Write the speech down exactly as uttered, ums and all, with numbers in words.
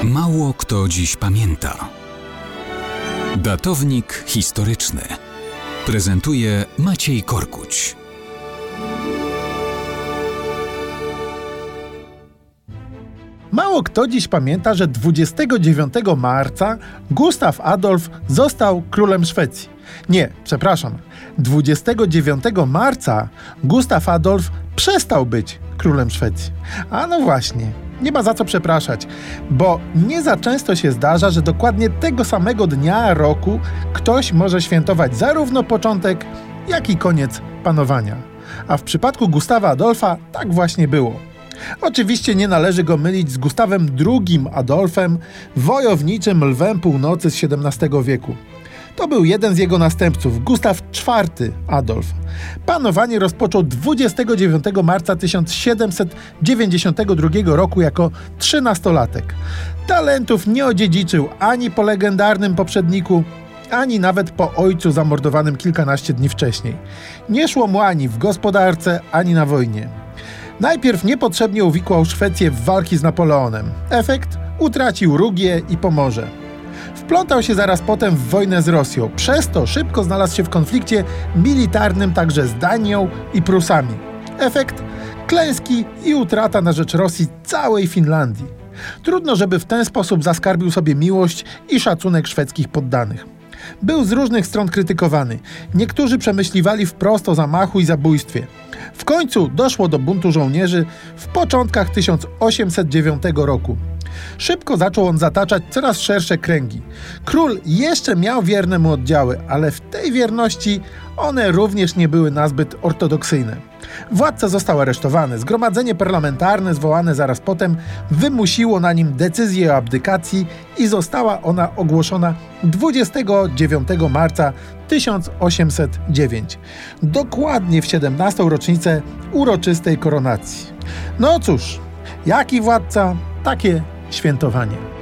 Mało kto dziś pamięta. Datownik historyczny prezentuje Maciej Korkuć. Mało kto dziś pamięta, że dwudziestego dziewiątego marca Gustaw Adolf został królem Szwecji. Nie, przepraszam. dwudziestego dziewiątego marca Gustav Adolf przestał być królem Szwecji. A no właśnie, nie ma za co przepraszać, bo nie za często się zdarza, że dokładnie tego samego dnia roku ktoś może świętować zarówno początek, jak i koniec panowania. A w przypadku Gustawa Adolfa tak właśnie było. Oczywiście nie należy go mylić z Gustawem drugim Adolfem, wojowniczym lwem północy z siedemnastego wieku. To był jeden z jego następców, Gustaw czwarty Adolf. Panowanie rozpoczął dwudziestego dziewiątego marca tysiąc siedemset dziewięćdziesiątego drugiego roku jako trzynastolatek. Talentów nie odziedziczył ani po legendarnym poprzedniku, ani nawet po ojcu zamordowanym kilkanaście dni wcześniej. Nie szło mu ani w gospodarce, ani na wojnie. Najpierw niepotrzebnie uwikłał Szwecję w walki z Napoleonem. Efekt? Utracił Rugię i Pomorze. Wplątał się zaraz potem w wojnę z Rosją. Przez to szybko znalazł się w konflikcie militarnym także z Danią i Prusami. Efekt? Klęski i utrata na rzecz Rosji całej Finlandii. Trudno, żeby w ten sposób zaskarbił sobie miłość i szacunek szwedzkich poddanych. Był z różnych stron krytykowany. Niektórzy przemyśliwali wprost o zamachu i zabójstwie. W końcu doszło do buntu żołnierzy w początkach tysiąc osiemset dziewiątego roku. Szybko zaczął on zataczać coraz szersze kręgi. Król jeszcze miał wierne mu oddziały, ale w tej wierności one również nie były nazbyt ortodoksyjne. Władca został aresztowany. Zgromadzenie parlamentarne zwołane zaraz potem wymusiło na nim decyzję o abdykacji i została ona ogłoszona dwudziestego dziewiątego marca tysiąc osiemset dziewiątego. Dokładnie w siedemnastą rocznicę uroczystej koronacji. No cóż, jaki władca, takie świętowanie.